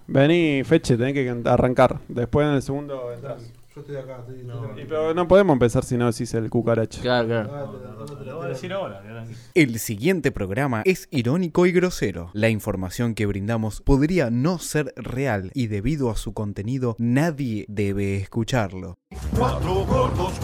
Vení, Feche, tenés que arrancar. Después en el segundo entras. Yo estoy acá. Pero no podemos empezar si no decís el cucaracha. Claro. Lo voy a decir ahora. El siguiente programa es irónico y grosero. La información que brindamos podría no ser real y debido a su contenido nadie debe escucharlo. Cuatro gordos.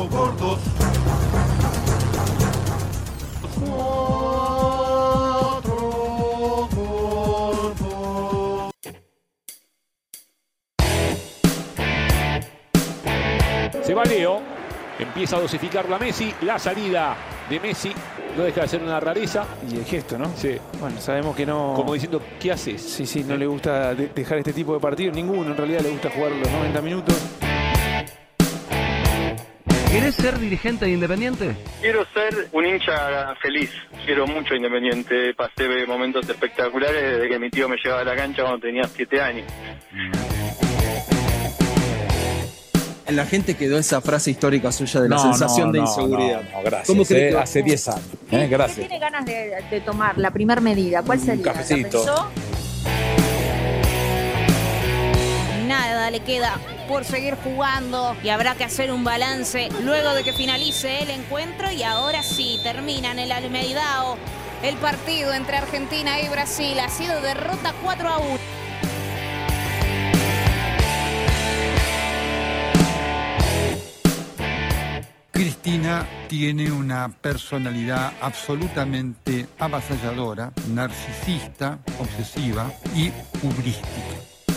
Se va Leo, empieza a dosificarlo a Messi, la salida de Messi no deja de ser una rareza. Y el gesto, ¿no? Sí. Bueno, sabemos que no... Como diciendo, ¿qué haces? Sí, no le gusta dejar este tipo de partidos, ninguno en realidad le gusta jugar los 90 minutos. ¿Querés ser dirigente de Independiente? Quiero ser un hincha feliz. Quiero mucho Independiente. Pasé momentos espectaculares desde que mi tío me llevaba a la cancha cuando tenía 7 años. En la gente quedó esa frase histórica suya de la sensación de inseguridad. No, gracias. ¿Cómo cree que hace 10 años. Gracias. ¿Tiene ganas de tomar la primera medida? ¿Cuál sería? Un cafecito. Nada le queda por seguir jugando y habrá que hacer un balance luego de que finalice el encuentro. Y ahora sí, termina en el Almeidao el partido entre Argentina y Brasil. Ha sido derrota 4-1. Cristina tiene una personalidad absolutamente avasalladora, narcisista, obsesiva y hubrística.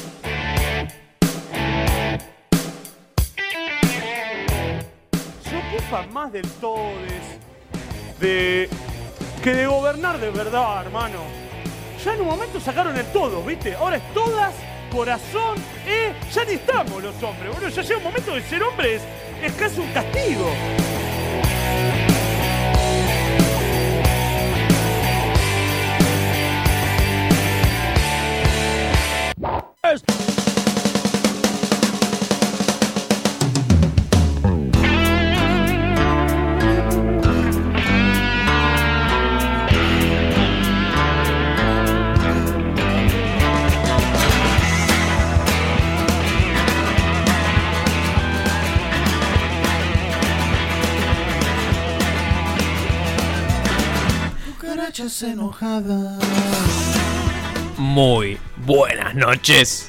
Se ocupa más del todes, que de gobernar de verdad, hermano. Ya en un momento sacaron el todo, ¿viste? Ahora es todas, corazón, ya ni estamos los hombres, boludo. Ya llega un momento de ser hombre es casi un castigo. Enojadas. Muy buenas noches.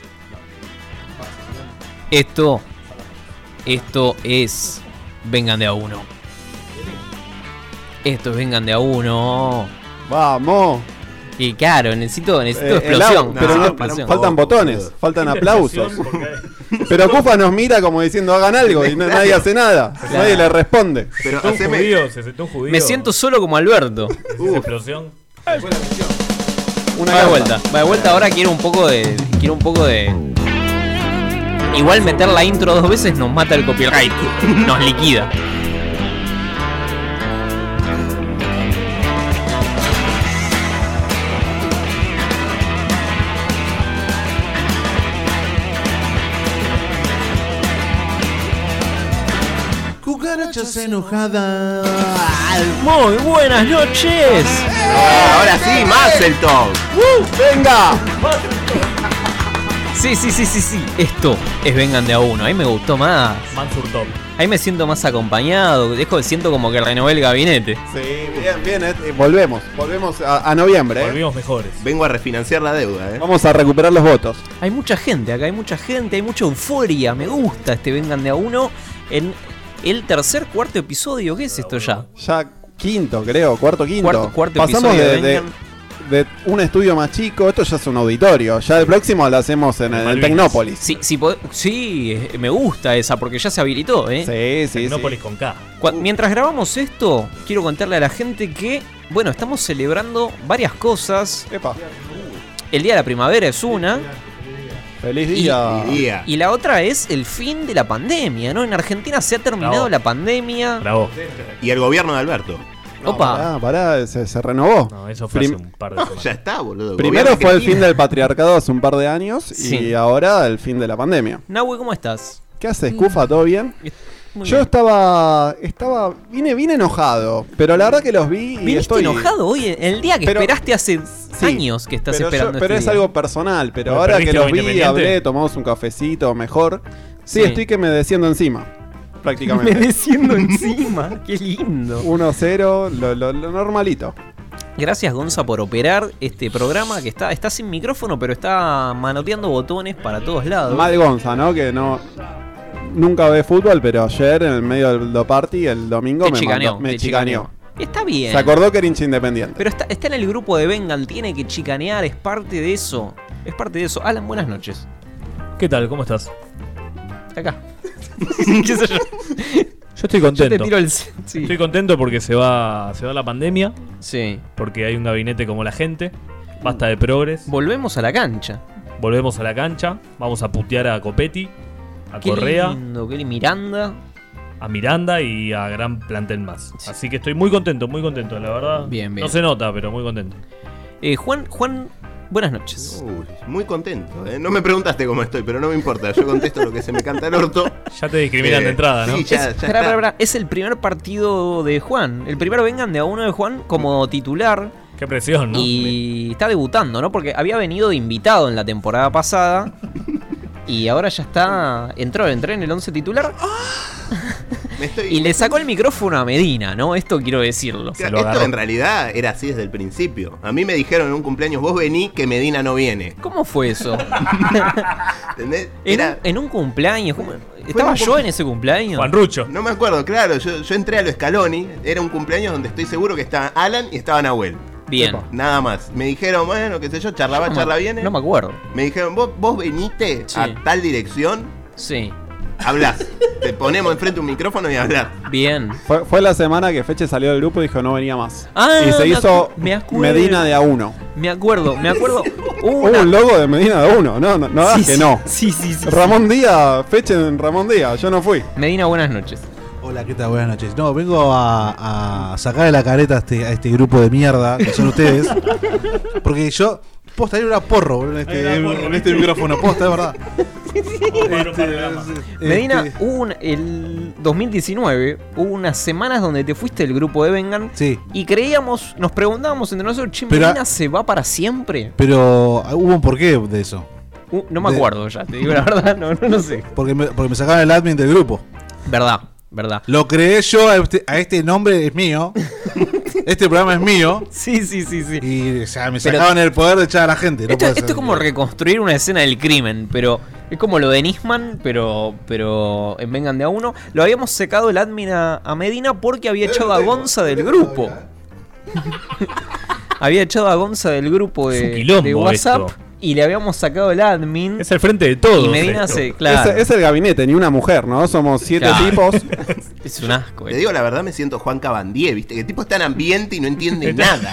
Esto es Vengan de a uno. Esto es Vengan de a uno. Vamos. Y claro, necesito explosión. Pero no, explosión. faltan botones, faltan aplausos. Pero Cufa nos mira como diciendo hagan algo y nadie hace nada. Claro. Nadie le responde. Pero se sentó un judío. Me siento solo como Alberto. Esa explosión. Va de vuelta, ahora quiero un poco de. Igual meter la intro 2 veces nos mata el copyright. Nos liquida. Cucarachas enojadas. Muy buenas noches. Ahora sí, más el top. ¡Venga! Sí. Esto es Vengan de a uno. Ahí me gustó más. Mansur Top. Ahí me siento más acompañado. Siento como que renové el gabinete. Sí, bien. Volvemos a noviembre. Volvimos mejores. Vengo a refinanciar la deuda. Vamos a recuperar los votos. Hay mucha gente acá, hay mucha euforia. Me gusta este Vengan de a uno en el cuarto episodio. ¿Qué es esto ya? Ya quinto, creo, cuarto. Cuarto Pasamos episodio de un estudio más chico, esto ya es un auditorio. Ya el próximo lo hacemos en el Tecnópolis. Sí, me gusta esa porque ya se habilitó, Sí. Tecnópolis con K. Mientras grabamos esto, quiero contarle a la gente que, bueno, estamos celebrando varias cosas. Epa. El Día de la Primavera es una. Feliz día. Y la otra es el fin de la pandemia, ¿no? En Argentina se ha terminado la pandemia. Bravo. Y el gobierno de Alberto. Opa. Pará, se renovó. No, eso fue hace un par de semanas. Ya está, boludo. Primero fue el fin del patriarcado hace un par de años Sí. y ahora el fin de la pandemia. Nahue, ¿cómo estás? ¿Qué haces, Cufa? ¿Todo bien? Yo vine enojado, pero la verdad que los vi y ¿Viniste estoy enojado hoy? El día que esperaste hace años que estás esperando pero este es día. algo personal, pero ¿Pero ahora que perdiste los a vi, Independiente? hablé, tomamos un cafecito mejor. Sí, Sí. estoy que me desciendo encima, Me prácticamente. desciendo encima, qué lindo. 1-0, lo normalito. Gracias Gonza por operar este programa que está sin micrófono, pero está manoteando botones para todos lados. Mal Gonza, ¿no? Que nunca ve fútbol, pero ayer en el medio del party, el domingo, me chicaneó. Está bien. Se acordó que era hincha Independiente. Pero está en el grupo de Vengan, tiene que chicanear, es parte de eso. Es parte de eso. Alan, buenas noches. ¿Qué tal? ¿Cómo estás? Acá. ¿Qué sé yo? Yo estoy contento. Yo te tiro el... Sí. Estoy contento porque se va la pandemia. Sí. Porque hay un gabinete como la gente. Basta de progres. Volvemos a la cancha. Volvemos a la cancha. Vamos a putear a Copetti, a Qué Correa, lindo, qué Miranda. a Miranda y a gran plantel más. Así que estoy muy contento, la verdad. Bien, bien. No se nota, pero muy contento. Juan, buenas noches. Uy, muy contento. No me preguntaste cómo estoy, pero no me importa. Yo contesto lo que se me canta el orto. Ya te discriminan de entrada, ¿no? Sí, ya está. Es el primer partido de Juan. El primero Vengan de a uno de Juan como titular. Qué presión, ¿no? Y está debutando, ¿no? Porque había venido de invitado en la temporada pasada. Y ahora ya está. Entró en el 11 titular. Y le sacó el micrófono a Medina, ¿no? Esto quiero decirlo. Esto en realidad era así desde el principio. A mí me dijeron en un cumpleaños, vos vení que Medina no viene. ¿Cómo fue eso? ¿Entendés? En un cumpleaños. ¿Estaba yo en ese cumpleaños? Juan Rucho. No me acuerdo, claro. Yo entré a lo Scaloni. Era un cumpleaños donde estoy seguro que estaban Alan y estaba Nahuel. Bien. Nada más. Me dijeron, bueno, qué sé yo, charla viene. No me acuerdo. Me dijeron, vos veniste a tal dirección. Sí. Hablás. Te ponemos enfrente un micrófono y hablás. Bien. Fue la semana que Feche salió del grupo y dijo no venía más. Ah, y se hizo me acuerdo. Medina de A1. Me acuerdo. Hubo un logo de Medina de A1. No hagas Sí, que sí. no. Sí. Ramón Díaz, Feche en Ramón Díaz. Yo no fui. Medina, buenas noches. Hola, ¿qué tal? Buenas noches. No, vengo a sacar de la careta a este grupo de mierda que son ustedes. Porque yo, posta, era porro en este micrófono, posta, es verdad. Medina, el 2019 hubo unas semanas donde te fuiste del grupo de Vengan. Sí. Y nos preguntábamos entre nosotros, che, Pero- ¿Medina se va para siempre? Pero hubo un porqué de eso. No me acuerdo ya, te digo la verdad, no sé. Porque me sacaron el admin del grupo. Verdad. Lo creé yo, a este nombre es mío. Este programa es mío. Sí. Y o sea, me sacaban el poder de echar a la gente. Esto es como reconstruir una escena del crimen, pero es como lo de Nisman, pero en Vengan de a uno. Lo habíamos secado el admin a Medina porque había echado a Gonza del grupo. Había echado a Gonza del grupo Es un quilombo de WhatsApp. esto. Y le habíamos sacado el admin. Es el frente de todos. Y Medina esto. claro. Es el gabinete, ni una mujer, ¿no? Somos 7 Claro. tipos. Es un asco. Te digo la verdad, me siento Juan Cabandier, ¿viste? Que el tipo está en ambiente y no entiende nada.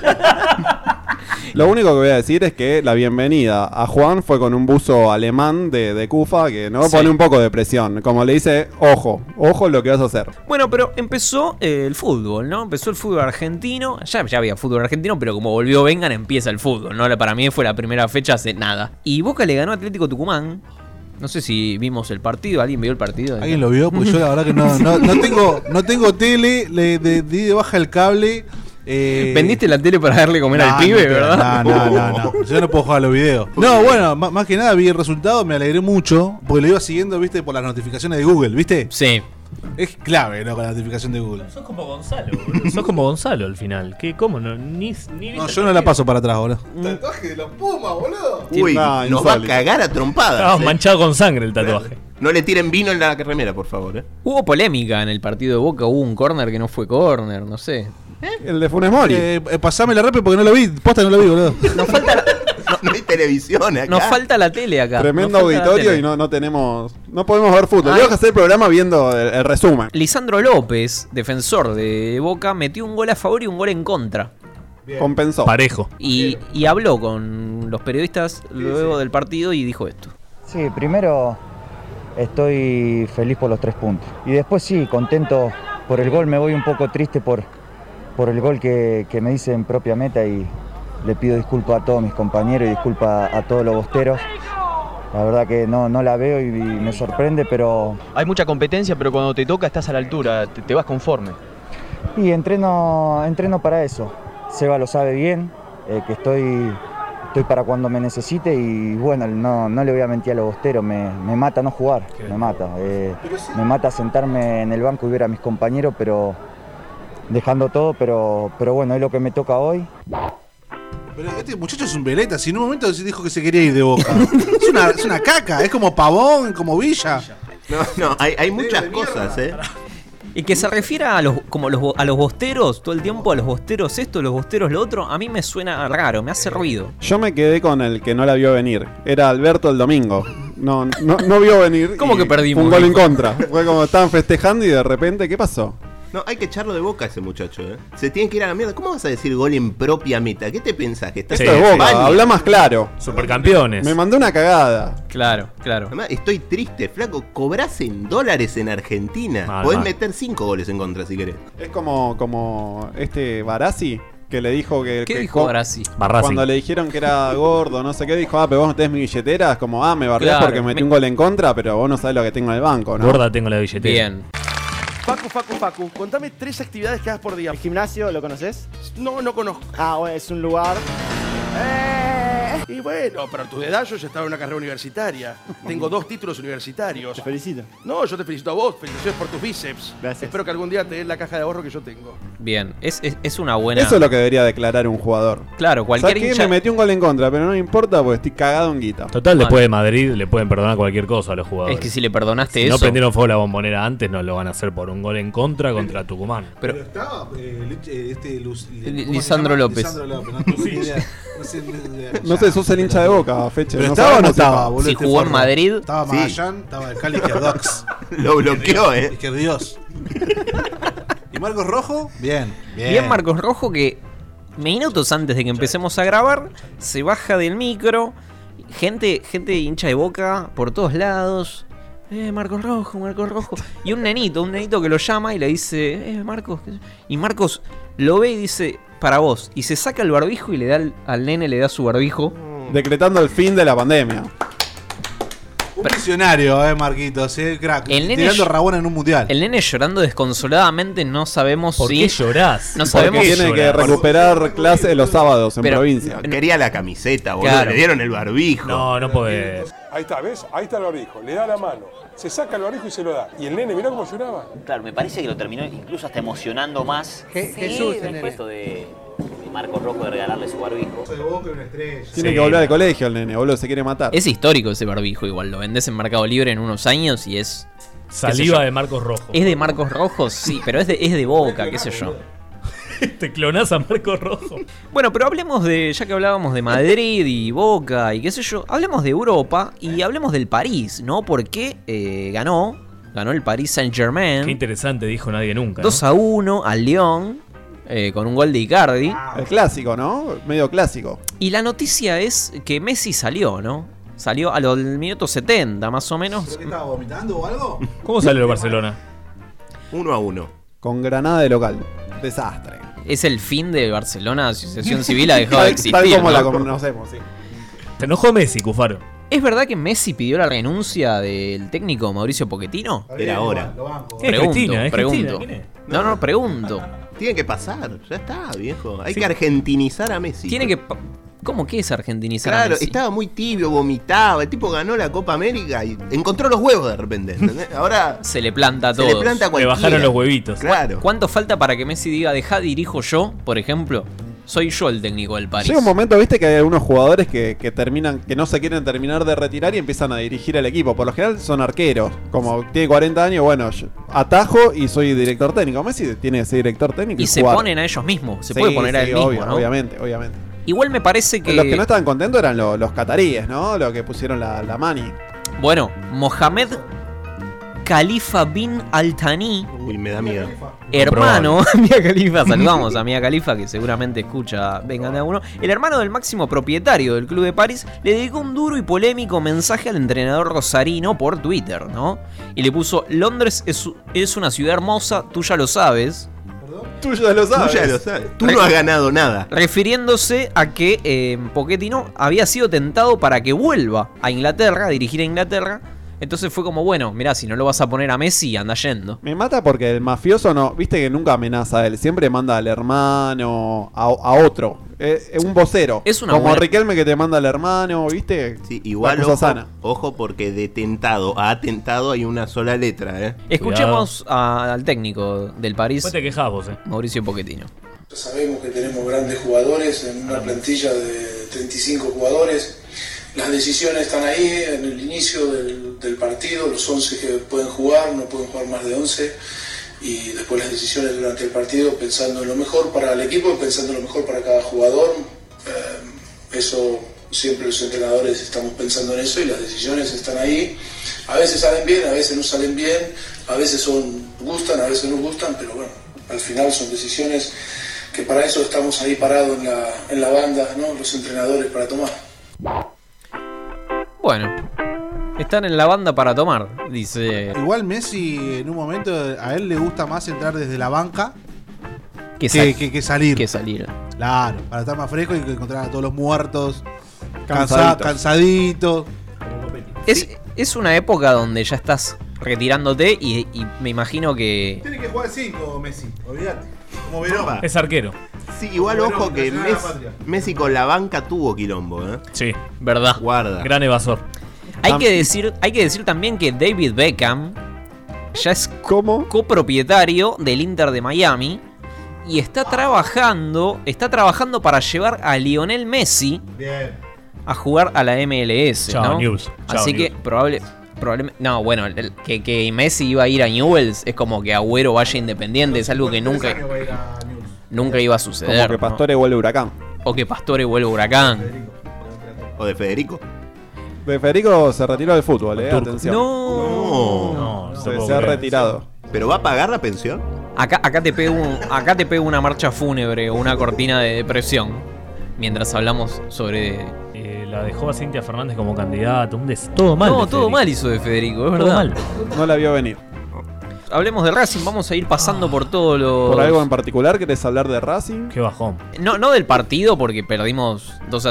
Lo único que voy a decir es que la bienvenida a Juan fue con un buzo alemán de Kufa que no Sí. pone un poco de presión. Como le dice, ojo lo que vas a hacer. Bueno, pero empezó el fútbol, ¿no? Empezó el fútbol argentino. Ya había fútbol argentino, pero como volvió Vengan, empieza el fútbol, ¿no? Para mí fue la primera fecha hace nada. Y Boca le ganó a Atlético Tucumán. No sé si vimos el partido. ¿Alguien vio el partido? ¿Alguien lo vio? Pues yo la verdad que no tengo tele, le di de baja el cable. ¿Vendiste la tele para darle comer al pibe, verdad? No. Yo no puedo jugar los videos. No, bueno, más que nada vi el resultado, me alegré mucho. Porque lo iba siguiendo, viste, por las notificaciones de Google, ¿viste? Sí. Es clave, ¿no? Con la notificación de Google. Sos como Gonzalo, boludo. Sos como Gonzalo al final. ¿Qué? ¿Cómo? Ni No, yo no la paso para atrás, boludo. Tatuaje de los Pumas, boludo. Uy, nos va a cagar a trompadas. Estabas manchado con sangre el tatuaje. No le tiren vino en la remera, por favor. Hubo polémica en el partido de Boca. Hubo un córner que no fue córner, no sé. El de Funes Mori. Pasame la repe porque no lo vi. Posta no lo vi, boludo. No hay televisión acá. Nos falta la tele acá. Tremendo Nos falta la auditorio tele. y no tenemos. No podemos ver fútbol. Ay. Tenemos que hacer el programa viendo el resumen. Lisandro López, defensor de Boca, metió un gol a favor y un gol en contra. Compensó. Parejo. Y habló con los periodistas luego del partido y dijo esto. Sí, primero estoy feliz por los 3 puntos. Y después sí, contento por el gol. Me voy un poco triste por el gol que me hice en propia meta y le pido disculpas a todos mis compañeros y disculpas a todos los bosteros. La verdad que no la veo y me sorprende, pero... Hay mucha competencia, pero cuando te toca estás a la altura, te vas conforme. Y entreno para eso. Seba lo sabe bien, que estoy para cuando me necesite y bueno, no le voy a mentir a los bosteros, me mata no jugar, me mata. Me mata sentarme en el banco y ver a mis compañeros, pero dejando todo, pero bueno, es lo que me toca hoy. Pero este muchacho es un veleta, si en un momento dijo que se quería ir de Boca. es una caca, es como Pavón, como Villa. No, hay muchas cosas, Y que se refiera a los bosteros, todo el tiempo a los bosteros esto, los bosteros lo otro, a mí me suena raro, me hace ruido. Yo me quedé con el que no la vio venir. Era Alberto el domingo. No vio venir. ¿Cómo que perdimos? Un gol en contra. Fue como estaban festejando y de repente, ¿qué pasó? No, hay que echarlo de Boca a ese muchacho, Se tiene que ir a la mierda. ¿Cómo vas a decir gol en propia meta? ¿Qué te pensás? Que estás Esto es Boca, habla más claro. Supercampeones. Me mandó una cagada. Claro. Además, estoy triste, flaco. Cobrás en dólares en Argentina. Podés meter 5 goles en contra si querés. Es como este Barassi, que le dijo que... ¿Qué dijo Barassi? Cuando le dijeron que era gordo, no sé qué, dijo, pero vos no tenés mi billetera. Es como, me bardeás Claro, porque metí un gol en contra, pero vos no sabés lo que tengo en el banco, ¿no? Gorda tengo la billetera. Bien. Facu, contame 3 actividades que hagas por día. ¿El gimnasio lo conoces? No conozco. Bueno, es un lugar. Y bueno, pero a tu edad yo ya estaba en una carrera universitaria. Tengo 2 títulos universitarios. Te felicito. No, yo te felicito a vos. Felicitaciones por tus bíceps. Gracias. Espero que algún día te den la caja de ahorro que yo tengo. Bien, es una buena... Eso es lo que debería declarar un jugador. Claro, cualquier ¿Sabes qué? hincha... Me metí un gol en contra, pero no me importa porque estoy cagado en guita. Total, después de Madrid le pueden perdonar cualquier cosa a los jugadores. Es que si le perdonaste si eso... no prendieron fuego la Bombonera antes, no lo van a hacer por un gol en contra Tucumán. Pero estaba Lisandro López. Lisandro López, no tengo ni idea. No sé, sos el hincha de Boca, Feche. Pero estaba o no estaba, boludo. Si jugó en Madrid. Estaba Magallán, estaba el Cali Izquierdox. Lo bloqueó, Izquierdios. ¿Y Marcos Rojo? Bien. Bien Marcos Rojo, que minutos antes de que empecemos a grabar, se baja del micro. Gente hincha de Boca por todos lados. Marcos Rojo. Y un nenito que lo llama y le dice, Marcos. Y Marcos lo ve y dice, para vos. Y se saca el barbijo y le da al nene, le da su barbijo. Decretando el fin de la pandemia. Un visionario, Marquitos, crack. El nene tirando Rabona en un mundial. El nene llorando desconsoladamente, no sabemos ¿Por qué llorás? No sabemos porque tiene que recuperar clase los sábados en provincia. Quería la camiseta, boludo. Claro. Le dieron el barbijo. No podés. Ahí está, ¿ves? Ahí está el barbijo. Le da la mano. Se saca el barbijo y se lo da. Y el nene, mirá cómo lloraba. Claro, me parece que lo terminó incluso hasta emocionando más. Jesús, el gesto de Marcos Rojo de regalarle su barbijo. Tiene que volver al colegio el nene, boludo, se quiere matar. Es histórico ese barbijo, igual. Lo vendés en Mercado Libre en unos años y es... Saliva de Marcos Rojo. Es de Marcos Rojo, sí, pero es de Boca, qué sé yo. Te clonás a Marcos Rojo. Bueno, pero hablemos ya que hablábamos de Madrid y Boca y qué sé yo, hablemos de Europa y hablemos del París, ¿no? Porque ganó el Paris Saint-Germain. Qué interesante, dijo nadie nunca. 2-1 al Lyon, con un gol de Icardi. El clásico, ¿no? Medio clásico. Y la noticia es que Messi salió, ¿no? Salió a los minutos 70, más o menos. ¿Pero qué estaba vomitando o algo? ¿Cómo salió el Barcelona? 1-1. Con Granada de local. Desastre. Es el fin de Barcelona, Asociación Civil ha dejado de existir. Tal como ¿no? la conocemos, sí. Se enojó Messi, Cufaro. ¿Es verdad que Messi pidió la renuncia del técnico Mauricio Pochettino? Era hora. Pregunto. No, pregunto. Tiene que pasar, ya está, viejo. Hay que argentinizar a Messi. Tiene que... ¿Cómo que es argentinizar a Claro, Messi? estaba muy tibio, vomitaba. El tipo ganó la Copa América y encontró los huevos de repente. ¿Entendés? Ahora se le planta a todos. Se le planta a cualquiera. Le bajaron los huevitos. Claro. ¿Cuánto falta para que Messi diga, dirijo yo, por ejemplo? Soy yo el técnico del París. Llega un momento, viste, que hay algunos jugadores que terminan, que no se quieren terminar de retirar y empiezan a dirigir el equipo. Por lo general son arqueros. Como tiene 40 años, bueno, yo atajo y soy director técnico. Messi tiene que ser director técnico. Y se jugar. ponen a ellos mismos. Se puede poner a él mismo, ¿no? Obviamente. Igual me parece que... Los que no estaban contentos eran los cataríes, ¿no? Los que pusieron la mani. Bueno, Mohamed Khalifa bin Al-Thani. Uy, me da miedo. Hermano, Mia Khalifa, saludamos a Mia Khalifa, que seguramente escucha Vengan de a uno. El hermano del máximo propietario del club de París le dedicó un duro y polémico mensaje al entrenador rosarino por Twitter, ¿no? Y le puso: Londres es una ciudad hermosa, tú ya lo sabes. Tú ya lo sabes. Tú ya lo sabes. Tú no has ganado nada. Refiriéndose a que Pochettino había sido tentado para que vuelva a Inglaterra, a dirigir a Inglaterra. Entonces fue como, bueno, mirá, si no lo vas a poner a Messi, anda yendo. Me mata porque el mafioso no, viste que nunca amenaza a él, siempre manda al hermano, a otro. Es un vocero. Es una como buena... Riquelme que te manda al hermano, viste. Sí, igual cosa sana. Ojo porque de tentado a atentado hay una sola letra, Escuchemos al técnico del París. Vos te quejás vos, Mauricio Pochettino. Sabemos que tenemos grandes jugadores en una plantilla de 35 jugadores. Las decisiones están ahí en el inicio del partido, los 11 que pueden jugar, no pueden jugar más de 11, y después las decisiones durante el partido pensando en lo mejor para el equipo y pensando en lo mejor para cada jugador. Eso siempre los entrenadores estamos pensando en eso y las decisiones están ahí. A veces salen bien, a veces no salen bien, a veces gustan, a veces no gustan, pero bueno, al final son decisiones que para eso estamos ahí parados en la banda, ¿no? Los entrenadores para tomar. Bueno, están en la banda para tomar, dice. Igual Messi en un momento a él le gusta más entrar desde la banca que salir. Que salir. Claro, para estar más fresco y encontrar a todos los muertos cansaditos. Es una época donde ya estás retirándote y me imagino que... Tiene que jugar 5 Messi, olvídate. Como Verón. Es arquero. Sí, igual ojo que Messi con la banca tuvo quilombo, Sí, verdad. Guarda. Gran evasor. Hay que decir también que David Beckham ya es copropietario del Inter de Miami y está trabajando para llevar a Lionel Messi a jugar a la MLS, Chao, ¿no? News. Chao, Así News. que probablemente no, bueno, que Messi iba a ir a Newell's es como que Agüero vaya Independiente, es algo que nunca iba a suceder. Como que Pastore vuelve a Huracán. O que Pastore vuelve a Huracán. O de Federico. De Federico se retiró del fútbol, atención. No. Se ha retirado. ¿Pero va a pagar la pensión? Acá te pego una marcha fúnebre o una cortina de depresión mientras hablamos sobre... La dejó a Cintia Fernández como candidato. Todo mal. No, todo mal hizo de Federico, es Todo verdad. mal. No la vio venir. Hablemos de Racing, vamos a ir pasando por todos los... ¿Por algo en particular querés hablar de Racing? Qué bajón. No del partido, porque perdimos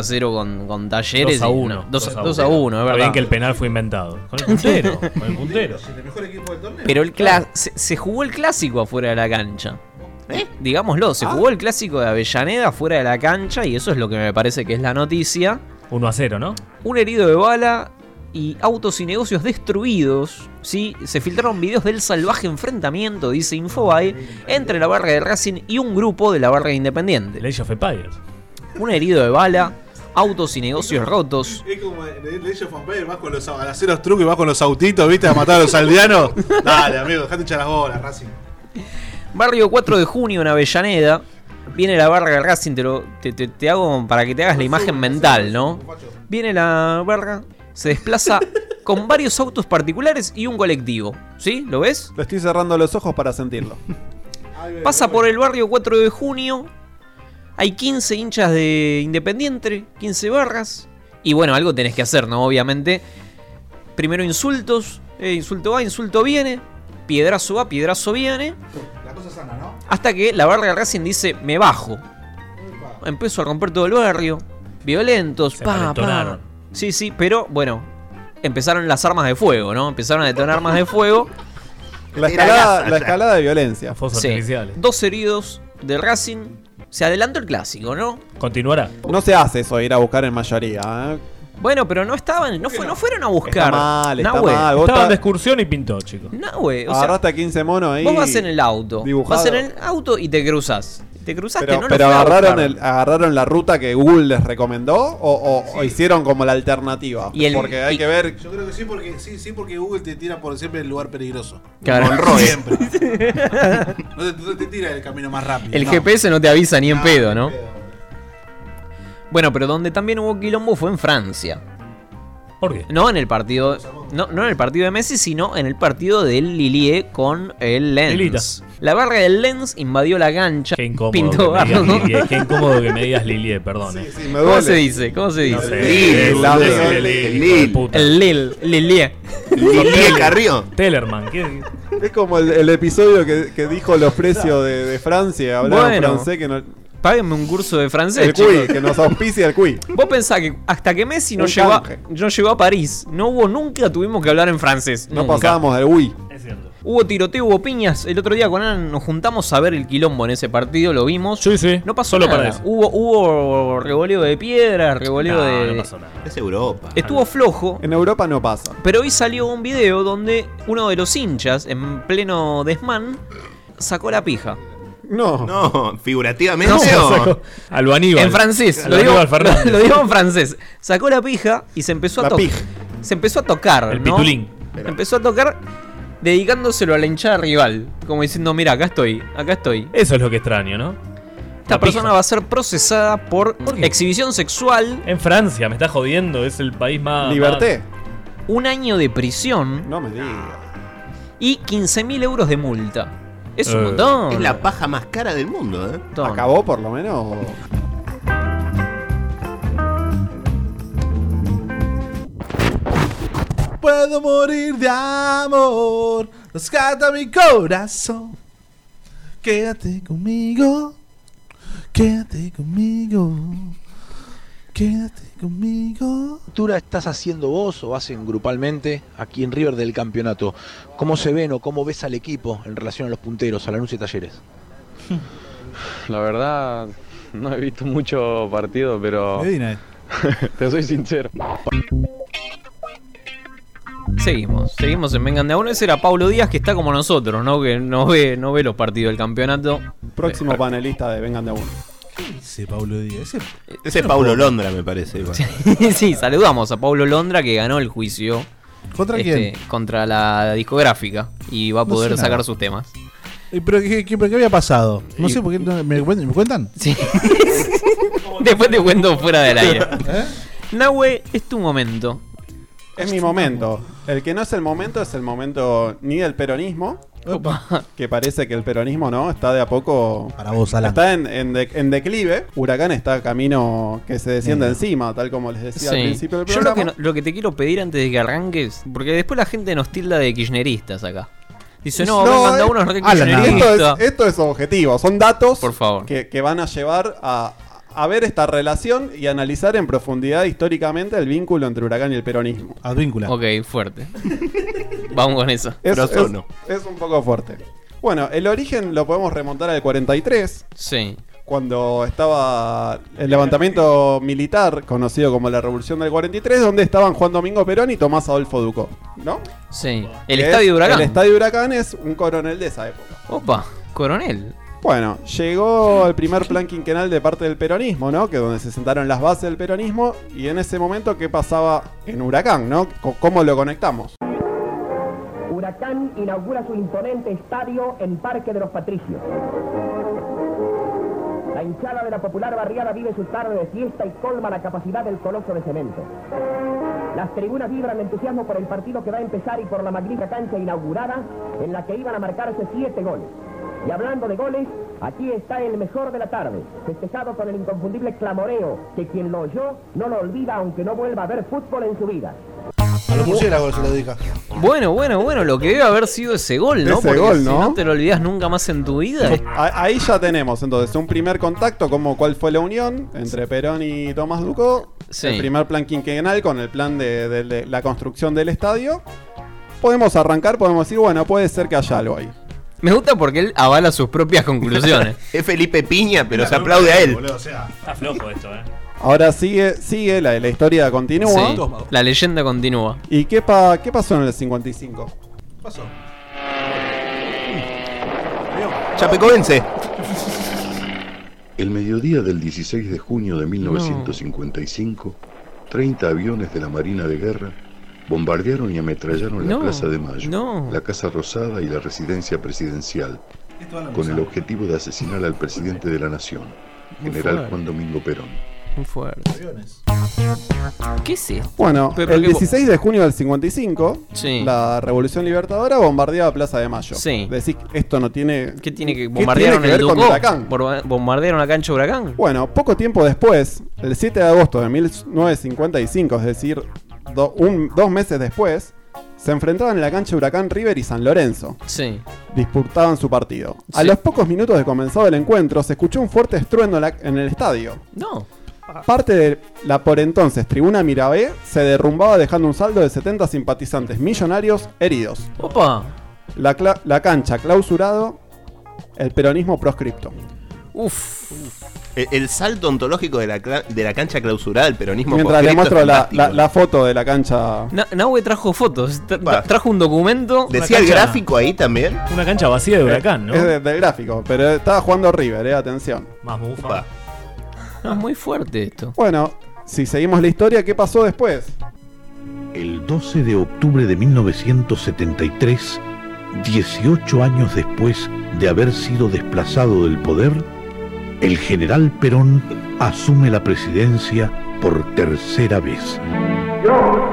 2-0 con Talleres. 2-1. 2-1, es Está verdad. bien que el penal fue inventado. Con el puntero. El mejor equipo del torneo. Pero se jugó el clásico afuera de la cancha. Digámoslo, se jugó el clásico de Avellaneda afuera de la cancha y eso es lo que me parece que es la noticia. 1-0, ¿no? Un herido de bala y autos y negocios destruidos. ¿Sí? Se filtraron videos del salvaje enfrentamiento, dice Infobae, entre la barra de Racing y un grupo de la barra de Independiente. Age of Empires. Un herido de bala, autos y negocios rotos. Es como el Age of Empires, vas con los balaceros trucos, vas con los autitos, ¿viste? A matar a los aldeanos. Dale, amigo, dejate echar las bolas, Racing. Barrio 4 de junio en Avellaneda. Viene la barra de Racing, te hago para que te hagas la imagen mental, ¿no? Viene la barra, se desplaza con varios autos particulares y un colectivo. ¿Sí? ¿Lo ves? Lo estoy cerrando los ojos para sentirlo. Pasa por el barrio 4 de junio. Hay 15 hinchas de Independiente, 15 barras. Y bueno, algo tenés que hacer, ¿no? Obviamente. Primero insultos. Insulto va, insulto viene. Piedrazo va, piedrazo viene. La cosa sana, ¿no? Hasta que la barra de Racing dice, me bajo. Empezó a romper todo el barrio. Violentos, pa. Sí, pero bueno, empezaron las armas de fuego, ¿no? Empezaron a detonar armas de fuego. La escalada de violencia. Fuegos artificiales. 2 heridos de Racing. Se adelantó el clásico, ¿no? Continuará. No se hace eso, ir a buscar en mayoría, ¿eh? Bueno, pero no estaban, no fueron a buscar. Está mal. Estaban de excursión y pintó, chicos. Nahue, agarraste a 15 monos ahí. Vos vas en el auto. Dibujado. Vas en el auto y te cruzás. Te cruzaste, pero, no pero lo fue a agarraron la ruta que Google les recomendó o hicieron como la alternativa. Porque hay que ver. Yo creo que sí, porque Google te tira por siempre el lugar peligroso. Claro. Siempre. no te tira el camino más rápido. El GPS no te avisa ni en pedo, ¿no? Bueno, pero donde también hubo quilombo fue en Francia. ¿Por qué? No en el partido. No en el partido de Messi, sino en el partido del Lillier con el Lens. Lilita. La barra del Lens invadió la cancha. Qué incómodo, pintó que me digas barro. Lillier, qué incómodo que me digas Lillier, perdón. ¿Cómo se dice? ¿Cómo se dice? No sé. El Lil. Lillier. Lillier Carrió. Tellerman. Es como el episodio que dijo los precios de Francia. Hablaba francés que no. Páguenme un curso de francés. El CUI, que nos auspicia el CUI. Vos pensás que hasta que Messi no Un llegó, canje. no llegó a París, nunca tuvimos que hablar en francés. No nunca. pasábamos del Wii. Es cierto. Hubo tiroteo, hubo piñas. El otro día con Ana nos juntamos a ver el quilombo en ese partido, lo vimos. Sí. No pasó Solo nada. para eso. Hubo revoleo de piedra, revoleo de. No pasó nada. Es Europa. Estuvo flojo. En Europa no pasa. Pero hoy salió un video donde uno de los hinchas, en pleno desmán, sacó la pija. No, figurativamente No, o. Al Aníbal. En francés, Al Aníbal Fernández. lo digo en francés. Sacó la pija y se empezó a tocar. Se empezó a tocar. El ¿no? pitulín. Empezó a tocar dedicándoselo a la hinchada rival. Como diciendo, mira, acá estoy. Eso es lo que extraño, ¿no? Esta persona va a ser procesada por exhibición sexual. En Francia, me está jodiendo, es el país más. Liberté. 1 año de prisión. No me digas. Y 15.000 euros de multa. Es un montón. Es la paja más cara del mundo, ¿eh? ¿Acabó por lo menos? Puedo morir de amor, rescata mi corazón. Quédate conmigo, quédate conmigo, quédate conmigo. ¿Qué lectura estás haciendo vos o hacen grupalmente aquí en River del campeonato? ¿Cómo se ven o cómo ves al equipo en relación a los punteros, a Lanús y Talleres? La verdad, no he visto mucho partido, pero te soy sincero. Seguimos en Vengan de a Uno. Ese era Paulo Díaz, que está como nosotros, ¿no? Que no ve los partidos del campeonato. Próximo panelista de Vengan de a Uno. ¿Qué dice Paulo Díaz? Ese es Paulo Londra, me parece. Igual. Sí, saludamos a Paulo Londra, que ganó el juicio. ¿Contra quién? Contra la discográfica. Y va a poder sé sacar nada. sus temas. ¿Pero qué había pasado? No sé, ¿por qué me cuentan? Sí. Después te cuento fuera del aire. Nahue, es tu momento. Es mi momento. El que no es el momento ni del peronismo. Que parece que el peronismo no está de a poco. Para vos, Alan. Está en declive. Huracán está camino que se desciende encima, tal como les decía al principio del Yo programa. lo que te quiero pedir antes de que arranques, porque después la gente nos tilda de kirchneristas acá. Dice, no, Vengan de a Uno es re kirchnerista. Esto es objetivo, son datos Por favor. Que van a llevar a ver esta relación y analizar en profundidad históricamente el vínculo entre Huracán y el peronismo. Advíncula. Ok, fuerte. Vamos con eso. Es un poco fuerte. Bueno, el origen lo podemos remontar al 43. Sí. Cuando estaba el levantamiento militar, conocido como la Revolución del 43, donde estaban Juan Domingo Perón y Tomás Adolfo Ducó, ¿no? Sí. El Estadio Huracán. El Estadio Huracán es un coronel de esa época. Opa, coronel. Bueno, llegó el primer plan quinquenal de parte del peronismo, ¿no? Que donde se sentaron las bases del peronismo. Y en ese momento, ¿qué pasaba en Huracán, no? ¿Cómo lo conectamos? Huracán inaugura su imponente estadio en Parque de los Patricios. La hinchada de la popular barriada vive su tarde de fiesta y colma la capacidad del coloso de cemento. Las tribunas vibran de entusiasmo por el partido que va a empezar y por la magnífica cancha inaugurada en la que iban a marcarse 7 goles. Y hablando de goles, aquí está el mejor de la tarde, festejado con el inconfundible clamoreo que quien lo oyó no lo olvida aunque no vuelva a ver fútbol en su vida. A los murciélagos se lo dedica. Bueno, lo que debe haber sido ese gol, ¿no? Ese Porque gol, si ¿no? no te lo olvidas nunca más en tu vida. Ahí ya tenemos entonces un primer contacto, como cuál fue la unión entre Perón y Tomás Ducó. Sí. El primer plan quinquenal con el plan de la construcción del estadio. Podemos arrancar, podemos decir, bueno, puede ser que haya algo ahí. Me gusta porque él avala sus propias conclusiones. Es Felipe Piña, pero se aplaude a él. Está flojo esto, Ahora sigue la historia continúa. Sí, la leyenda continúa. ¿Y qué pasó en el 55? Pasó. Chapecoense. El mediodía del 16 de junio de 1955, 30 aviones de la Marina de Guerra bombardearon y ametrallaron la Plaza de Mayo, la Casa Rosada y la residencia presidencial, con el objetivo de asesinar al presidente de la Nación, general Juan Domingo Perón. Muy fuerte. ¿Qué es esto? Bueno, Pero el que- 16 de junio del 55, Sí. la Revolución Libertadora bombardeaba Plaza de Mayo. Sí. Decís, esto no tiene... ¿Qué tiene que ¿Qué bombardearon tiene que el ver con Ducó? Huracán? ¿Bombardearon la cancha de Huracán? Bueno, poco tiempo después, el 7 de agosto de 1955, es decir, 2 meses después, se enfrentaban en la cancha Huracán River y San Lorenzo. Sí. Disputaban su partido. A Sí. los pocos minutos de comenzado el encuentro, se escuchó un fuerte estruendo en el estadio. No. Parte de la por entonces tribuna Mirabé se derrumbaba dejando un saldo de 70 simpatizantes millonarios heridos. Opa. La cancha clausurado, el peronismo proscripto. Uf. El salto ontológico de la cancha clausurada del peronismo. Mientras le proscripto muestro es la fantástico. foto de la cancha. Nahue trajo fotos, trajo un documento. ¿Decía el gráfico ahí también? Una cancha vacía de Huracán, ¿no? Es del gráfico, pero estaba jugando River, atención. Más mufa. No, es muy fuerte esto. Bueno, si seguimos la historia, ¿qué pasó después? El 12 de octubre de 1973, 18 años después de haber sido desplazado del poder, el general Perón asume la presidencia por tercera vez. Yo,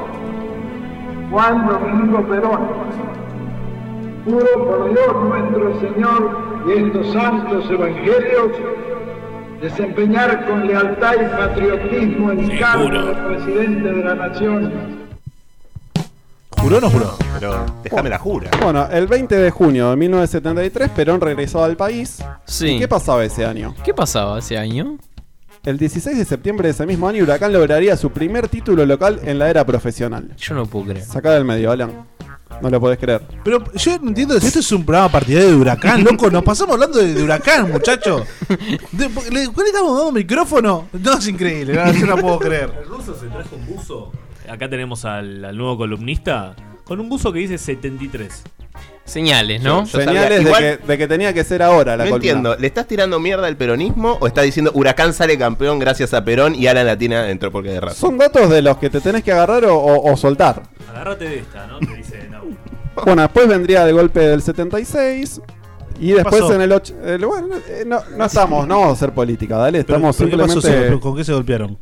Juan Domingo Perón, juro por Dios nuestro Señor y estos santos evangelios, desempeñar con lealtad y patriotismo el cargo de presidente de la nación. ¿Juró o no juró? Pero déjame la jura. Bueno, el 20 de junio de 1973, Perón regresó al país. Sí. ¿Y qué pasaba ese año? ¿Qué pasaba ese año? El 16 de septiembre de ese mismo año, Huracán lograría su primer título local en la era profesional. Yo no puedo creer. Sacá del medio, Alan. No lo podés creer. Pero yo no entiendo si esto es un programa partidario de Huracán, loco. Nos pasamos hablando de Huracán, muchachos. ¿Le estamos dando micrófono? No, es increíble. No, yo no puedo creer. El ruso se trajo un buzo. Acá tenemos al nuevo columnista con un buzo que dice 73. Señales, ¿no? Señales de que tenía que ser ahora la No columna. entiendo, ¿le estás tirando mierda al peronismo o está diciendo Huracán sale campeón gracias a Perón y Alan la tiene adentro porque de razón? Son datos de los que te tenés que agarrar o soltar. Agárrate de esta, ¿no? Te dice no. Bueno, después vendría el golpe del 76. Y después pasó? en el 8. Bueno, no estamos, no vamos a hacer política, dale. Estamos ¿Pero qué pasó? simplemente. ¿Con qué se golpearon?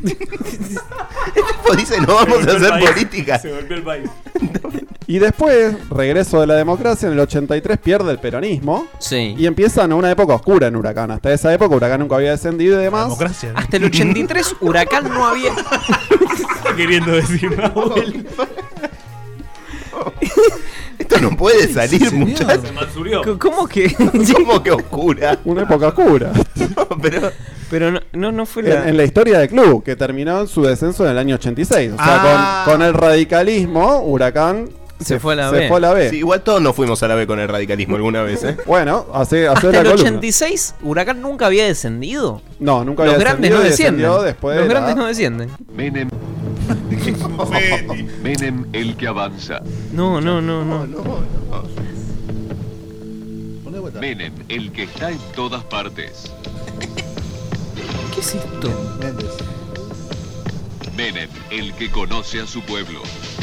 Dice, no vamos a hacer política. Se golpeó el país. Y después, regreso de la democracia, en el 83 pierde el peronismo. Sí. Y empiezan una época oscura en Huracán. Hasta esa época Huracán nunca había descendido y demás. Hasta el 83 Huracán no había... Está queriendo decir Nahuel. Esto no puede salir, muchachos. Se mansurió. ¿Cómo que? ¿Cómo que oscura? Una época oscura. Pero no fue la... En la historia del club, que terminó en su descenso en el año 86. O sea, con el radicalismo, Huracán se fue a la se B. fue a la B. Sí, igual todos nos fuimos a la B con el radicalismo alguna vez, ¿eh? Bueno, hace Hasta la el columna. 86 Huracán nunca había descendido. No, nunca Los había grandes descendido no y descienden. descendió después Los de la- grandes no descienden. Menem. Menem el que avanza. No. Menem el que está en todas partes. ¿Qué es esto? Menem el que conoce a su pueblo.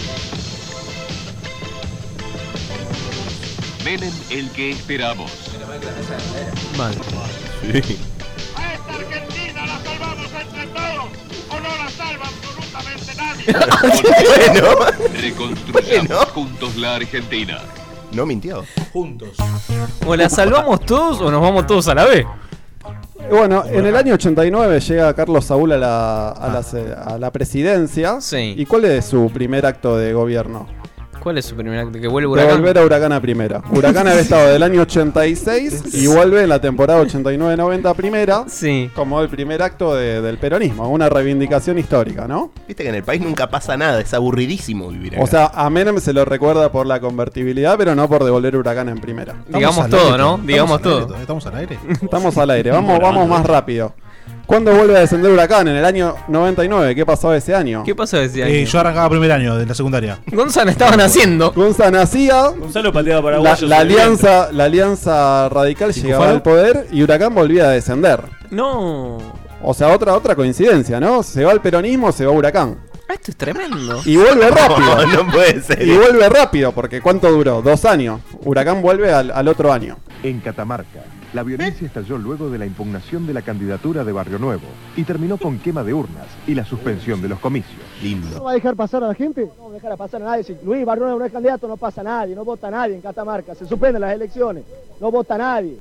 Menem el que esperamos. Vale. Sí. A esta Argentina la salvamos entre todos o no la salva absolutamente nadie. Bueno. Reconstruyamos juntos la Argentina. No mintió. Juntos. O la salvamos todos o nos vamos todos a la B. Bueno, en el año 89 llega Carlos Saúl a la presidencia. Sí. ¿Y cuál es su primer acto de gobierno? ¿Cuál es su primer acto? ¿Que vuelve De Huracán? volver a Huracán a primera. Huracán había estado del año 86 y vuelve en la temporada 89-90 a primera. Sí. Como el primer acto del peronismo, una reivindicación histórica, ¿no? Viste que en el país nunca pasa nada, es aburridísimo vivir acá. O sea, a Menem se lo recuerda por la convertibilidad, pero no por devolver Huracán en primera. Digamos todo, ¿no? Digamos todo. ¿Estamos al aire? Estamos al aire, vamos más rápido. ¿Cuándo vuelve a descender Huracán? En el año 99. ¿Qué pasó ese año? ¿Qué pasó ese año? Yo arrancaba primer año de la secundaria. Gonzalo estaban haciendo. Gonzalo nacía. Gonzalo pateaba paraguayos. La alianza radical llegaba al poder y Huracán volvía a descender. No. O sea, otra coincidencia, ¿no? Se va el peronismo, se va Huracán. Esto es tremendo. Y vuelve rápido. No puede ser. Y vuelve rápido, porque ¿cuánto duró? 2 años. Huracán vuelve al otro año. En Catamarca, La violencia estalló luego de la impugnación de la candidatura de Barrio Nuevo y terminó con quema de urnas y la suspensión de los comicios. Lindo. ¿No va a dejar pasar a la gente? No va a dejar pasar a nadie. Si Luis Barrio Nuevo no es candidato, no pasa nadie, no vota nadie en Catamarca. Se suspenden las elecciones, no vota nadie.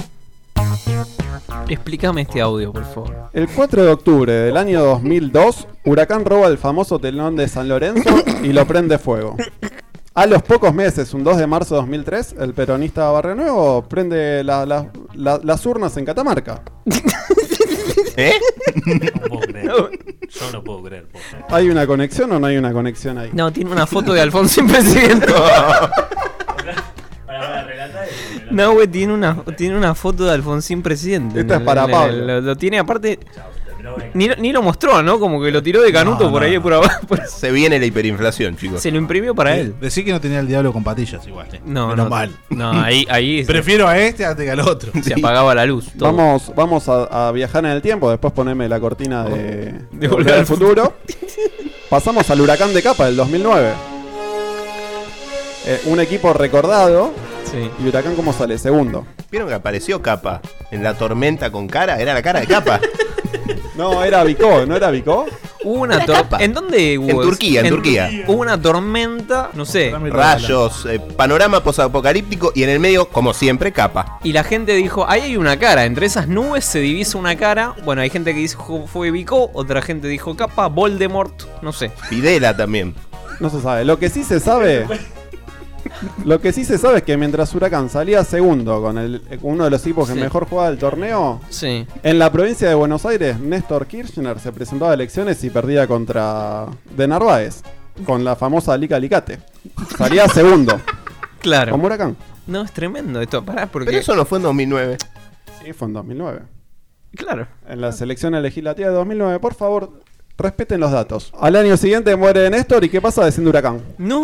Explícame este audio, por favor. El 4 de octubre del año 2002, Huracán roba el famoso telón de San Lorenzo y lo prende fuego. A los pocos meses, un 2 de marzo de 2003, el peronista Barrio Nuevo prende las urnas en Catamarca. ¿Eh? No puedo creer. Yo no puedo creer. ¿Hay una conexión o no hay una conexión ahí? No, tiene una foto de Alfonsín presidente. No, güey, tiene una foto de Alfonsín presidente. Esta es para Pablo. Lo tiene aparte. Ni lo mostró, ¿no? Como que lo tiró de canuto por ahí por abajo. Se viene la hiperinflación, chicos. Se lo imprimió para él. Decí que no tenía el diablo con patillas igual. No, menos no, mal. No, ahí prefiero a este antes que al otro. Se apagaba la luz. Todo. Vamos a viajar en el tiempo. Después poneme la cortina de Volver al Futuro. Pasamos al Huracán de Capa del 2009. Un equipo recordado. Sí. ¿Y Huracán cómo sale? Segundo. ¿Vieron que apareció Capa en la tormenta con cara? Era la cara de Capa. No, era Vicó, ¿no era Vicó? Hubo una ¿En dónde hubo? En Turquía. Hubo una tormenta, no sé. Rayos, panorama posapocalíptico y en el medio, como siempre, Capa. Y la gente dijo, ahí hay una cara. Entre esas nubes se divisa una cara. Bueno, hay gente que dijo fue Vicó, otra gente dijo Capa, Voldemort, no sé. Videla también. No se sabe. Lo que sí se sabe es que mientras Huracán salía segundo con uno de los equipos que mejor jugaba el torneo, en la provincia de Buenos Aires, Néstor Kirchner se presentaba a elecciones y perdía contra De Narváez, con la famosa Lica Alicate. Salía segundo. Claro. Como Huracán. No, es tremendo esto. Pará, porque... Pero eso no fue en 2009. Sí, fue en 2009. Claro. En las elecciones legislativas de 2009, por favor, respeten los datos. Al año siguiente muere Néstor y ¿qué pasa? Desciende Huracán. No.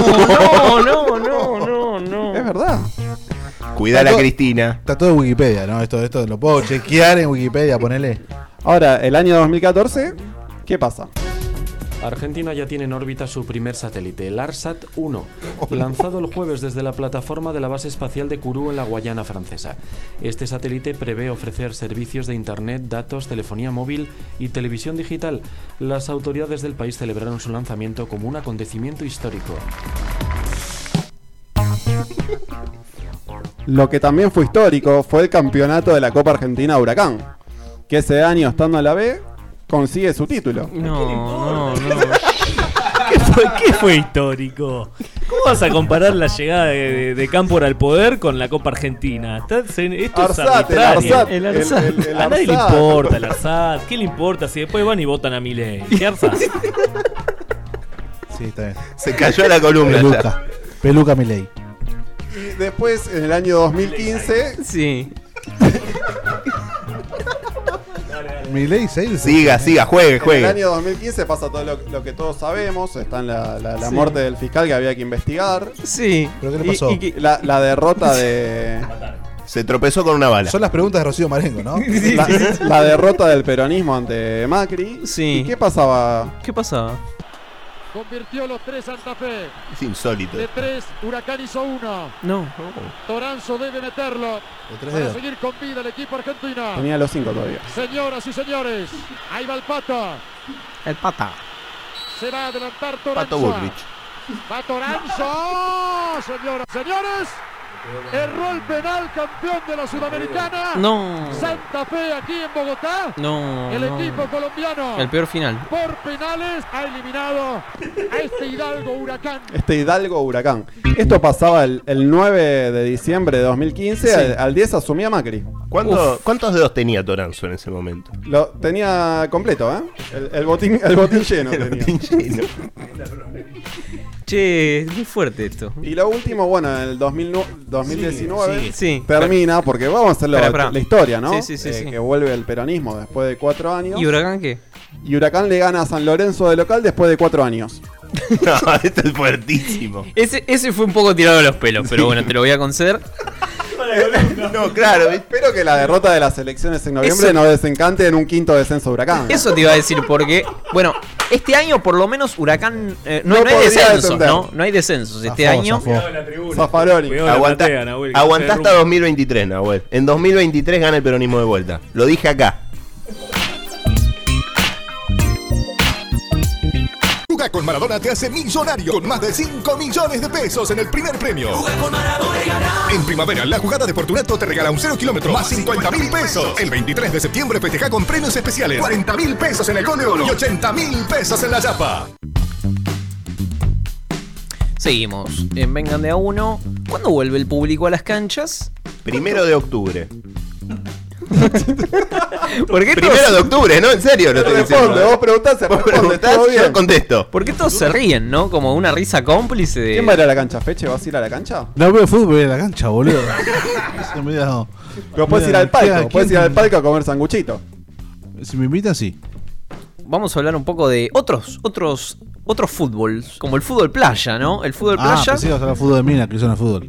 Es verdad. Cuidala a Cristina. Está todo en Wikipedia, ¿no? Esto lo puedo chequear en Wikipedia, ponele. Ahora, el año 2014, ¿qué pasa? Argentina ya tiene en órbita su primer satélite, el ARSAT-1, lanzado el jueves desde la plataforma de la base espacial de Kourou en la Guayana francesa. Este satélite prevé ofrecer servicios de internet, datos, telefonía móvil y televisión digital. Las autoridades del país celebraron su lanzamiento como un acontecimiento histórico. Lo que también fue histórico fue el campeonato de la Copa Argentina Huracán, que ese año, estando en la B, consigue su título. No. ¿Qué fue histórico? ¿Cómo vas a comparar la llegada de Cámpora al poder con la Copa Argentina? Esto es arbitrario. El ARSAT. A nadie le importa el ARSAT. ¿Qué le importa si después van y votan a Milei? ¿Qué ARSAT? Sí, está bien. Se cayó la columna. Peluca Milei. Y después, en el año 2015... Sí. Milei, siga, juegue. En el año 2015 pasa todo lo que todos sabemos. Está en la muerte del fiscal que había que investigar. Sí. ¿Pero qué le pasó? La derrota de... Se tropezó con una bala. Son las preguntas de Rocío Marengo, ¿no? La derrota del peronismo ante Macri. Sí. ¿Y qué pasaba? ¿Qué pasaba? Convirtió los 3 Santa Fe. Es insólito. De 3, Huracán hizo 1. No. Toranzo debe meterlo para seguir con vida el equipo argentino. Tenía los 5 todavía. Señoras y señores, ahí va el Pata. El Pata. Se va a adelantar Toranzo. Pato Bullrich. Va Toranzo. Señoras y señores. Erró el penal, campeón de la Sudamericana. No. Santa Fe aquí en Bogotá. No. El equipo colombiano. El peor final. Por penales ha eliminado a este Hidalgo Huracán. Esto pasaba el 9 de diciembre de 2015. Sí. Al 10 asumía Macri. ¿Cuántos dedos tenía Toranzo en ese momento? Lo tenía completo, ¿eh? El botín lleno. Che, es muy fuerte esto. Y lo último, bueno, en el 2019 termina, porque vamos a hacer la historia, ¿no? Sí. Que vuelve el peronismo después de 4 años. ¿Y Huracán qué? Y Huracán le gana a San Lorenzo de local después de 4 años. No, esto es fuertísimo. Ese fue un poco tirado de los pelos, pero bueno, te lo voy a conceder. No, claro. Espero que la derrota de las elecciones en noviembre no desencante en un quinto descenso de Huracán. Eso te iba a decir porque, bueno, este año por lo menos Huracán no hay descensos, ¿no? No hay descensos este año. Zaffaroni. Aguantá hasta 2023, Nahuel. En 2023 gana el peronismo de vuelta. Lo dije acá. Jugar con Maradona te hace millonario con más de 5 millones de pesos en el primer premio. En primavera, la jugada de Fortunato te regala un 0 kilómetro más 50.000 pesos. El 23 de septiembre festeja con premios especiales. 40.000 pesos en el Gol de Oro y 80.000 pesos en la Yapa. Seguimos en Vengan de a uno. ¿Cuándo vuelve el público a las canchas? 1 de octubre. ¿Por qué 1 de octubre, ¿no? En serio lo estoy diciendo. Vos preguntás, yo contesto. ¿Por qué todos se ríen, no? Como una risa cómplice de... ¿Quién va a ir a la cancha? ¿Feche? ¿Vas a ir a la cancha? No veo fútbol, voy a ir a la cancha, boludo. Pero puedes ir al palco. Puedes ir al palco a comer sanguchito. Si me invitan, sí. Vamos a hablar un poco de otros fútbols, como el fútbol playa, ¿no? El fútbol playa. Sí, vas a hablar fútbol de mina, que son el fútbol.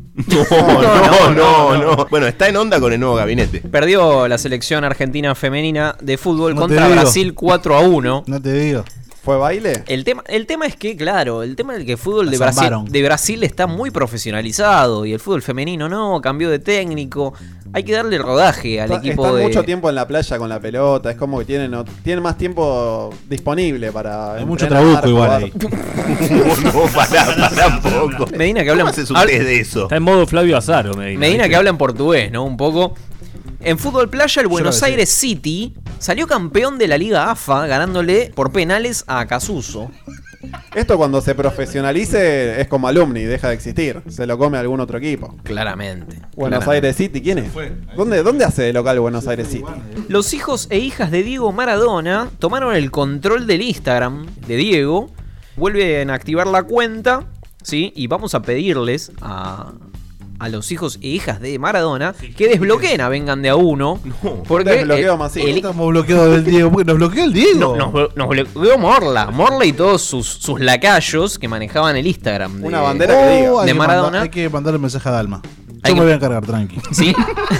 No. Bueno, está en onda con el nuevo gabinete. Perdió la selección argentina femenina de fútbol contra Brasil 4-1. No te digo. ¿Fue baile? El tema es que, claro, el tema es que el fútbol de Brasil está muy profesionalizado y el fútbol femenino no, cambió de técnico. Hay que darle rodaje al equipo. Están mucho tiempo en la playa con la pelota, es como que tienen más tiempo disponible para... Hay mucho trabuco igual ahí. Pará un poco. Medina que habla... ¿Cómo haces usted de eso? Está en modo Flavio Azaro, Medina que habla en portugués, ¿no? Un poco... En fútbol playa, el Buenos Aires City salió campeón de la Liga AFA ganándole por penales a Casuso. Esto cuando se profesionalice es como Alumni, deja de existir. Se lo come algún otro equipo. Claramente. Buenos Aires City, ¿quién es? ¿Dónde hace de local Buenos Aires City? Los hijos e hijas de Diego Maradona tomaron el control del Instagram de Diego. Vuelven a activar la cuenta, ¿sí? Y vamos a pedirles a los hijos e hijas de Maradona que desbloqueen a Vengan de a uno. Porque estamos bloqueados del Diego. Porque nos bloqueó el Diego. Nos bloqueó Morla y todos sus lacayos que manejaban el Instagram una bandera que diga de Maradona. Hay que mandarle mensaje a Dalma. Yo me voy a encargar, tranqui. ¿Sí?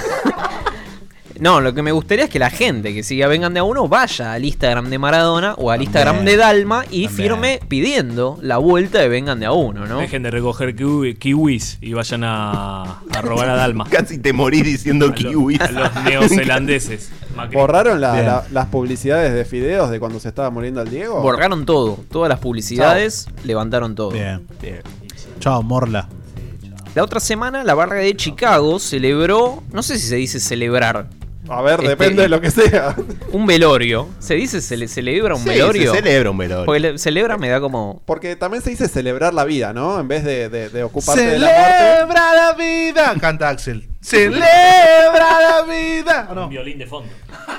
No, lo que me gustaría es que la gente que siga Vengan de a uno vaya al Instagram de Maradona o al Instagram de Dalma y firme pidiendo la vuelta de Vengan de a uno, ¿no? Dejen de recoger kiwis y vayan a robar a Dalma. Casi te morí diciendo kiwis. A los neozelandeses. ¿Borraron las publicidades de fideos de cuando se estaba muriendo el Diego? Borraron todo. Todas las publicidades levantaron todo. Bien. Chao, Morla. La otra semana la barra de Chicago celebró, no sé si se dice celebrar. A ver, depende de lo que sea. Un velorio. ¿Se dice celebra un velorio? Se celebra un velorio. Porque celebra me da como... Porque también se dice celebrar la vida, ¿no? En vez de ocuparte de la muerte. ¡Celebra la vida! Canta Axel. ¡Celebra la vida! Un violín de fondo.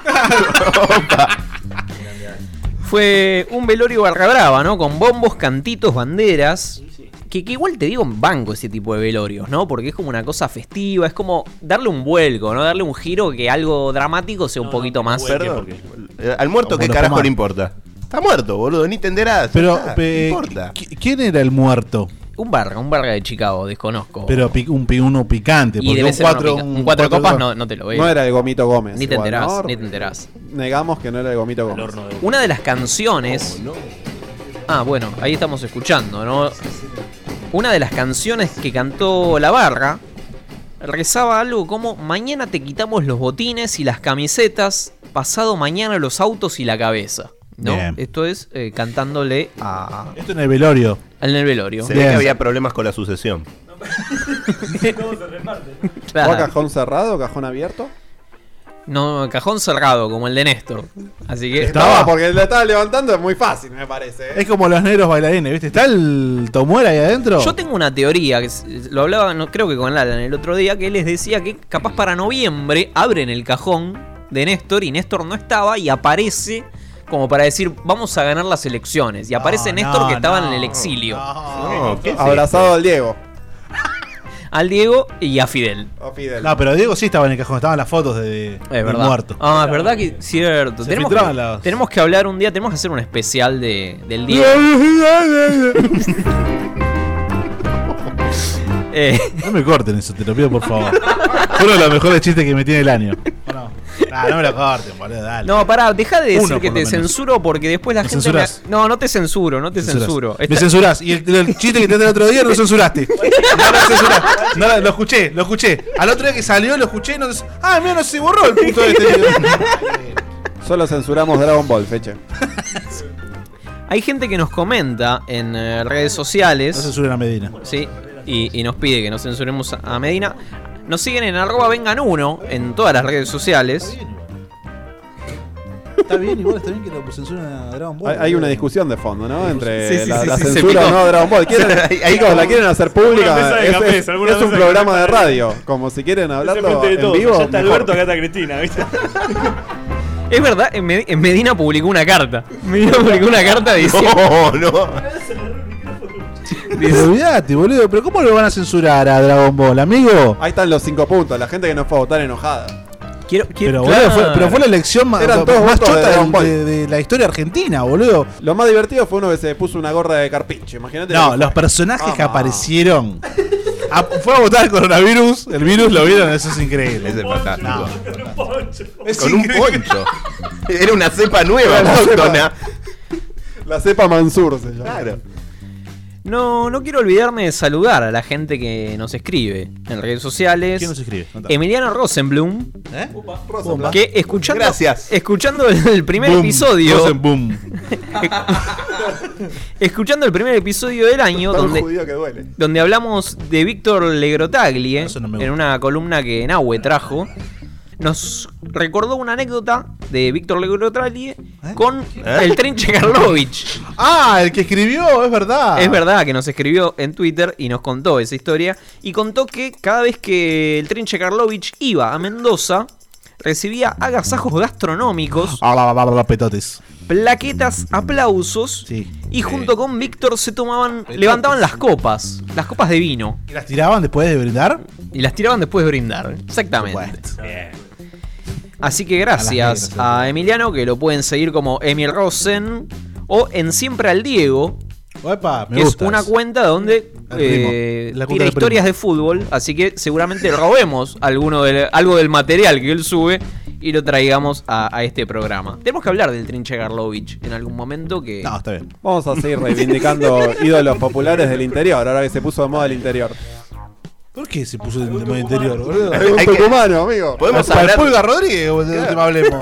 Fue un velorio barra brava, ¿no? Con bombos, cantitos, banderas. Que igual te digo en banco ese tipo de velorios, ¿no? Porque es como una cosa festiva, es como darle un vuelco, ¿no? Darle un giro que algo dramático sea un poquito más... Perdón. Al muerto, ¿qué carajo le importa? Está muerto, boludo, ni entenderás. Pero, ¿qué importa? ¿Quién era el muerto? Un barra de Chicago, desconozco. Pero uno picante. Y debe ser un cuatro copas no te lo veo. No era el Gomito Gómez. Ni te enterás. Negamos que no era el Gomito Gómez. Una de las canciones... Ah, bueno, ahí estamos escuchando, ¿no? Una de las canciones que cantó la barra rezaba algo como: mañana te quitamos los botines y las camisetas, pasado mañana los autos y la cabeza, ¿no? Bien. Esto es cantándole a... Esto en el velorio. En el velorio. Se ve que había problemas con la sucesión. ¿Cómo se reparte? ¿O a cajón cerrado o cajón abierto? No, cajón cerrado, como el de Néstor. Así que... Estaba, porque lo estaba levantando, es muy fácil, me parece. Es como los negros bailarines, ¿viste? ¿Está el Tomuera ahí adentro? Yo tengo una teoría, que lo hablaba, creo que con Alan el otro día, que él les decía que capaz para noviembre abren el cajón de Néstor y Néstor no estaba y aparece como para decir, vamos a ganar las elecciones. Y aparece Néstor que estaba en el exilio. Abrazado al Diego. Al Diego y a Fidel. No, pero Diego sí estaba en el cajón, estaban las fotos del muerto. Ah, es verdad que cierto. Tenemos que hablar un día, tenemos que hacer un especial del Diego. No me corten eso, te lo pido por favor. Fue uno de los mejores chistes que me tiene el año. No me lo corten, boludo, dale. No, pará, deja de decir Uno, que por lo te menos. censuro porque después la ¿Me gente... censurás? No te censuro, no te censuro. Me censurás. Y el chiste que te el otro día no lo censuraste. No lo censuraste. No, lo escuché. Al otro día que salió lo escuché y no... mira, no se borró el punto de este video. Solo censuramos Dragon Ball, fecha. Hay gente que nos comenta en redes sociales. No censuren a Medina. Sí, y nos pide que no censuremos a Medina. Nos siguen en @vengan1 en todas las redes sociales. Está bien que lo censuren a Dragon Ball. Hay una discusión de fondo, ¿no? Entre Sí, la se censura picó. o no de Dragon Ball. Chicos, la quieren hacer pública. Es un programa de radio. Como si quieren hablarlo en vivo. Ya está mejor. Alberto, acá está Cristina, ¿viste? Es verdad, en Medina publicó una carta. Medina publicó una carta diciendo... No. Olvídate, boludo. Pero ¿cómo lo van a censurar a Dragon Ball, amigo? Ahí están los 5 puntos. La gente que no fue a votar enojada. Pero, boludo, fue la elección más Eran todos votos de chota Dragon Ball. de la historia argentina, boludo. Lo más divertido fue uno que se puso una gorra de carpincho. Imagínate. No, los personajes que aparecieron. Fue a votar el coronavirus. El virus lo vieron, eso es increíble. Ese es fantástico. Es Con un increíble. poncho. Era una cepa nueva, autóctona. La cepa Mansur se llama. Claro. No quiero olvidarme de saludar a la gente que nos escribe en redes sociales. ¿Quién nos escribe? Emiliano Rosenblum. Rosenblum. Que escuchando Gracias. el primer Boom, episodio. Rosenboom. Escuchando el primer episodio del año Tan judío que duele. donde hablamos de Víctor Legrotaglie Eso no me en gusta. una columna que Nahue trajo. Nos recordó una anécdota de Víctor Legrotaglie con el Trinche Karlovich. El que escribió, es verdad. Es verdad que nos escribió en Twitter y nos contó esa historia. Y contó que cada vez que el Trinche Karlovich iba a Mendoza, recibía agasajos gastronómicos, Petotes. plaquetas, aplausos. Y junto con Víctor se levantaban las copas de vino. ¿Y las tiraban después de brindar? Y las tiraban después de brindar. Exactamente. Así que gracias a Emiliano, que lo pueden seguir como Emil Rosen o en Siempre al Diego. Opa, me que gusta es una eso. cuenta donde La cuenta tira del historias primo. de fútbol, así que seguramente robemos algo del material que él sube y lo traigamos a este programa. Tenemos que hablar del Trinche Karlovich en algún momento que... No, está bien. Vamos a seguir reivindicando ídolos populares del interior, ahora que se puso de moda el interior. ¿Por qué se puso el tema interior, boludo? Es un tucumano, amigo. Podemos Para el hablar. Pulga Rodríguez, del tema hablemos.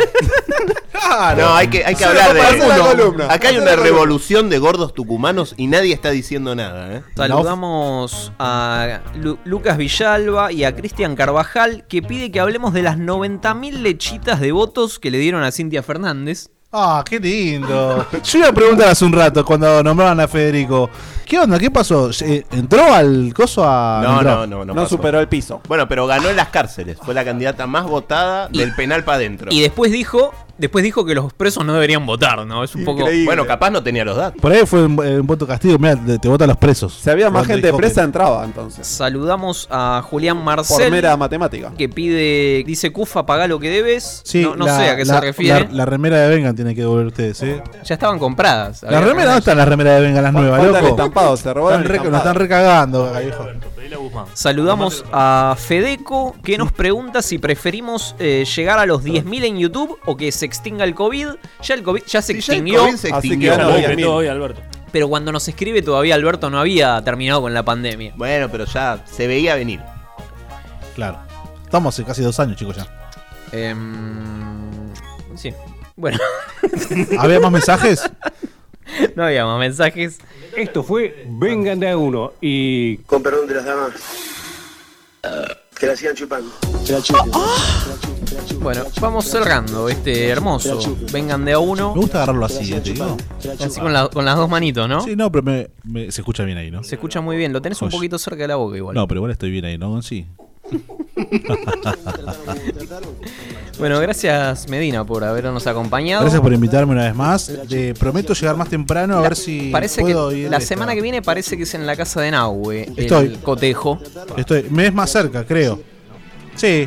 No, hay que hablar de. Acá hay una revolución de gordos tucumanos y nadie está diciendo nada, ¿eh? Saludamos a Lucas Villalba y a Cristian Carvajal, que pide que hablemos de las 90.000 lechitas de votos que le dieron a Cintia Fernández. Qué lindo. Yo iba a preguntar hace un rato cuando nombraban a Federico. ¿Qué onda? ¿Qué pasó? ¿Entró al coso a.? No No superó el piso. Bueno, pero ganó en las cárceles. Fue la candidata más votada del penal para adentro. Y después dijo que los presos no deberían votar, ¿no? Es un poco... Bueno, capaz no tenía los datos. Por ahí fue un voto castigo. Mira, te votan los presos. Si había más Cuando gente dijo presa, que- entraba entonces. Saludamos a Julián Marcel. Por mera matemática. Que dice Cufa, pagá lo que debes. Sí, no sé a qué se refiere. La remera de Vengan tiene que devolver ustedes, ¿eh? Ya estaban compradas. La remera, ¿dónde están las remeras de Vengan, las nuevas, Falta el loco? estampado, se robaron el Nos estampado. están recagando, acá, viejo. Saludamos a Fedeco, que nos pregunta si preferimos llegar a los 10.000 en YouTube o que se extinga el COVID. Ya el COVID ya se extinguió. Así que ganó 10.000. Hoy, Alberto. Pero cuando nos escribe todavía Alberto no había terminado con la pandemia. Bueno, pero ya se veía venir. Claro. Estamos hace casi 2 años, chicos, ya. Sí. Bueno. ¿Había más mensajes? No había más mensajes. Esto fue Vengan de a uno y... Con perdón de las damas. Que la sigan chupando. Bueno, vamos cerrando este hermoso. Vengan de a uno. Me gusta agarrarlo así, te digo. Así con las dos manitos, ¿no? Sí, no, pero se escucha bien ahí, ¿no? Se escucha muy bien. Lo tenés un Joya. poquito cerca de la boca igual. No, pero igual estoy bien ahí, ¿no? Sí. Bueno, gracias Medina por habernos acompañado. Gracias por invitarme una vez más. Prometo llegar más temprano a ver si Parece puedo que ir la esta- semana que viene parece que es en la casa de Nahue. Estoy. El cotejo. Me es más cerca, creo. Sí.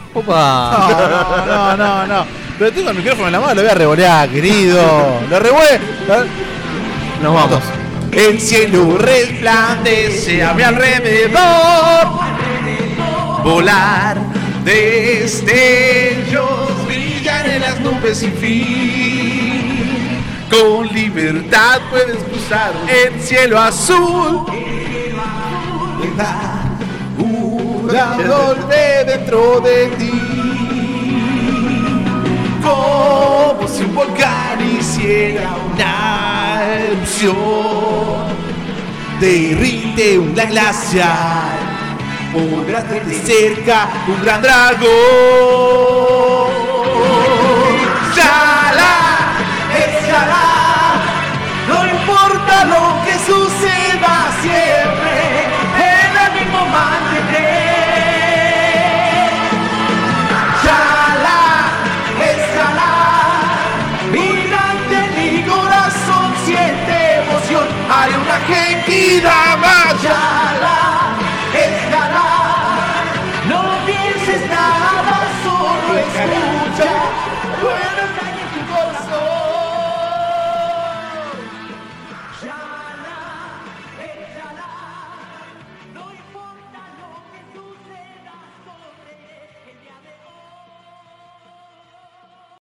Opa. No. Pero tengo el micrófono en la mano, lo voy a revolear, querido. Lo revuelve. Nos vamos. El cielo resplandece a mi alrededor. Volar destellos brillan en las nubes sin fin. Con libertad puedes cruzar el cielo azul. Un de dentro de ti. Como si un volcán hiciera una erupción, derrite un gran glaciar, podrás ver de cerca un gran dragón.